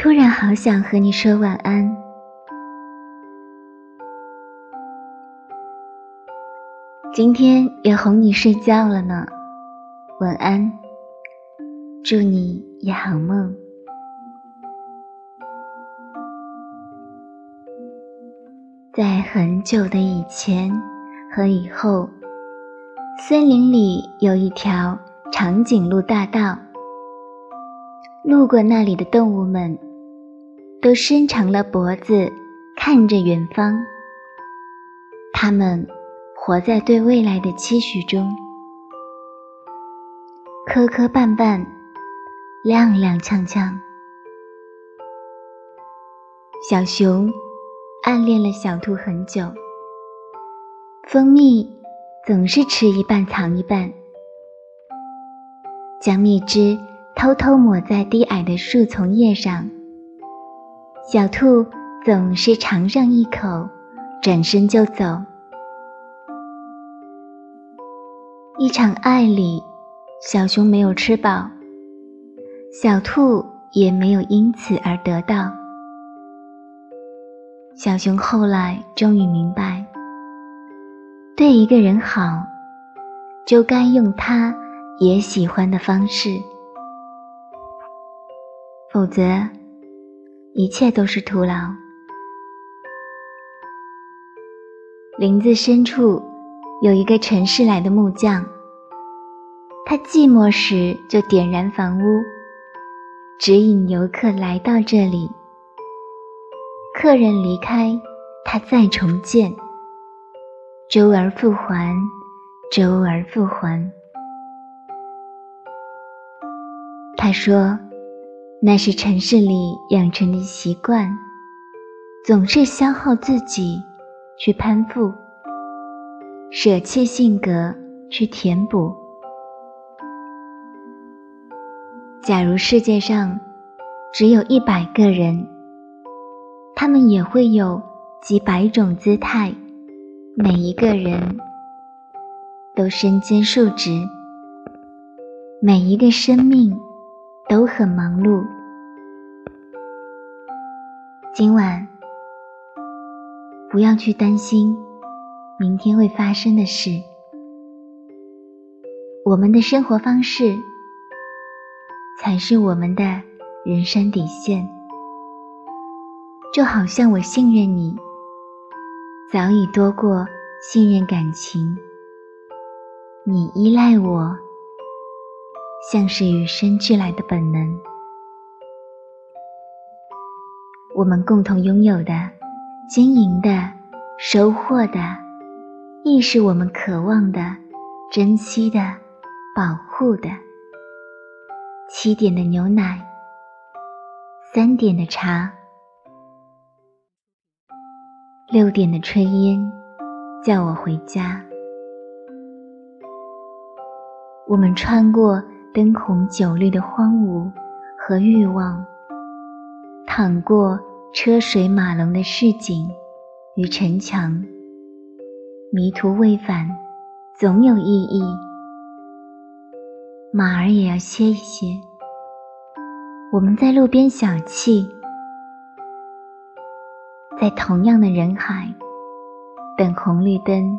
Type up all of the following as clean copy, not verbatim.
突然好想和你说晚安。今天也哄你睡觉了呢，晚安，祝你也好梦。在很久的以前和以后，森林里有一条长颈鹿大道，路过那里的动物们都伸长了脖子看着远方，它们活在对未来的期许中，磕磕绊绊，踉踉跄跄。小熊暗恋了小兔很久，蜂蜜总是吃一半藏一半，将蜜汁偷偷抹在低矮的树丛叶上。小兔总是尝上一口，转身就走。一场爱里，小熊没有吃饱，小兔也没有因此而得到。小熊后来终于明白，对一个人好，就该用他也喜欢的方式，否则一切都是徒劳。林子深处有一个城市来的木匠，他寂寞时就点燃房屋，指引游客来到这里，客人离开，他再重建，周而复还，周而复还。他说那是城市里养成的习惯，总是消耗自己去攀附，舍弃性格去填补。假如世界上只有100个人，他们也会有几百种姿态，每一个人都身兼数职，每一个生命都很忙碌。今晚不要去担心明天会发生的事，我们的生活方式才是我们的人生底线。就好像我信任你，早已多过信任感情，你依赖我，像是与生俱来的本能。我们共同拥有的、经营的、收获的，亦是我们渴望的、珍惜的、保护的。7点的牛奶，3点的茶，6点的炊烟，叫我回家。我们穿过灯红酒绿的荒芜和欲望，淌过车水马龙的市井与城墙，迷途未返，总有意义。马儿也要歇一歇。我们在路边小憩，在同样的人海等红绿灯，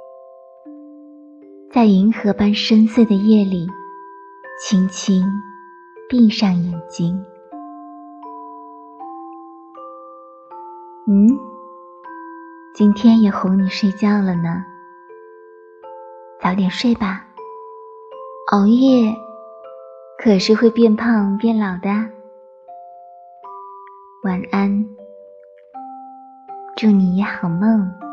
在银河般深邃的夜里，轻轻闭上眼睛。今天也哄你睡觉了呢，早点睡吧，熬夜可是会变胖变老的。晚安，祝你也好梦。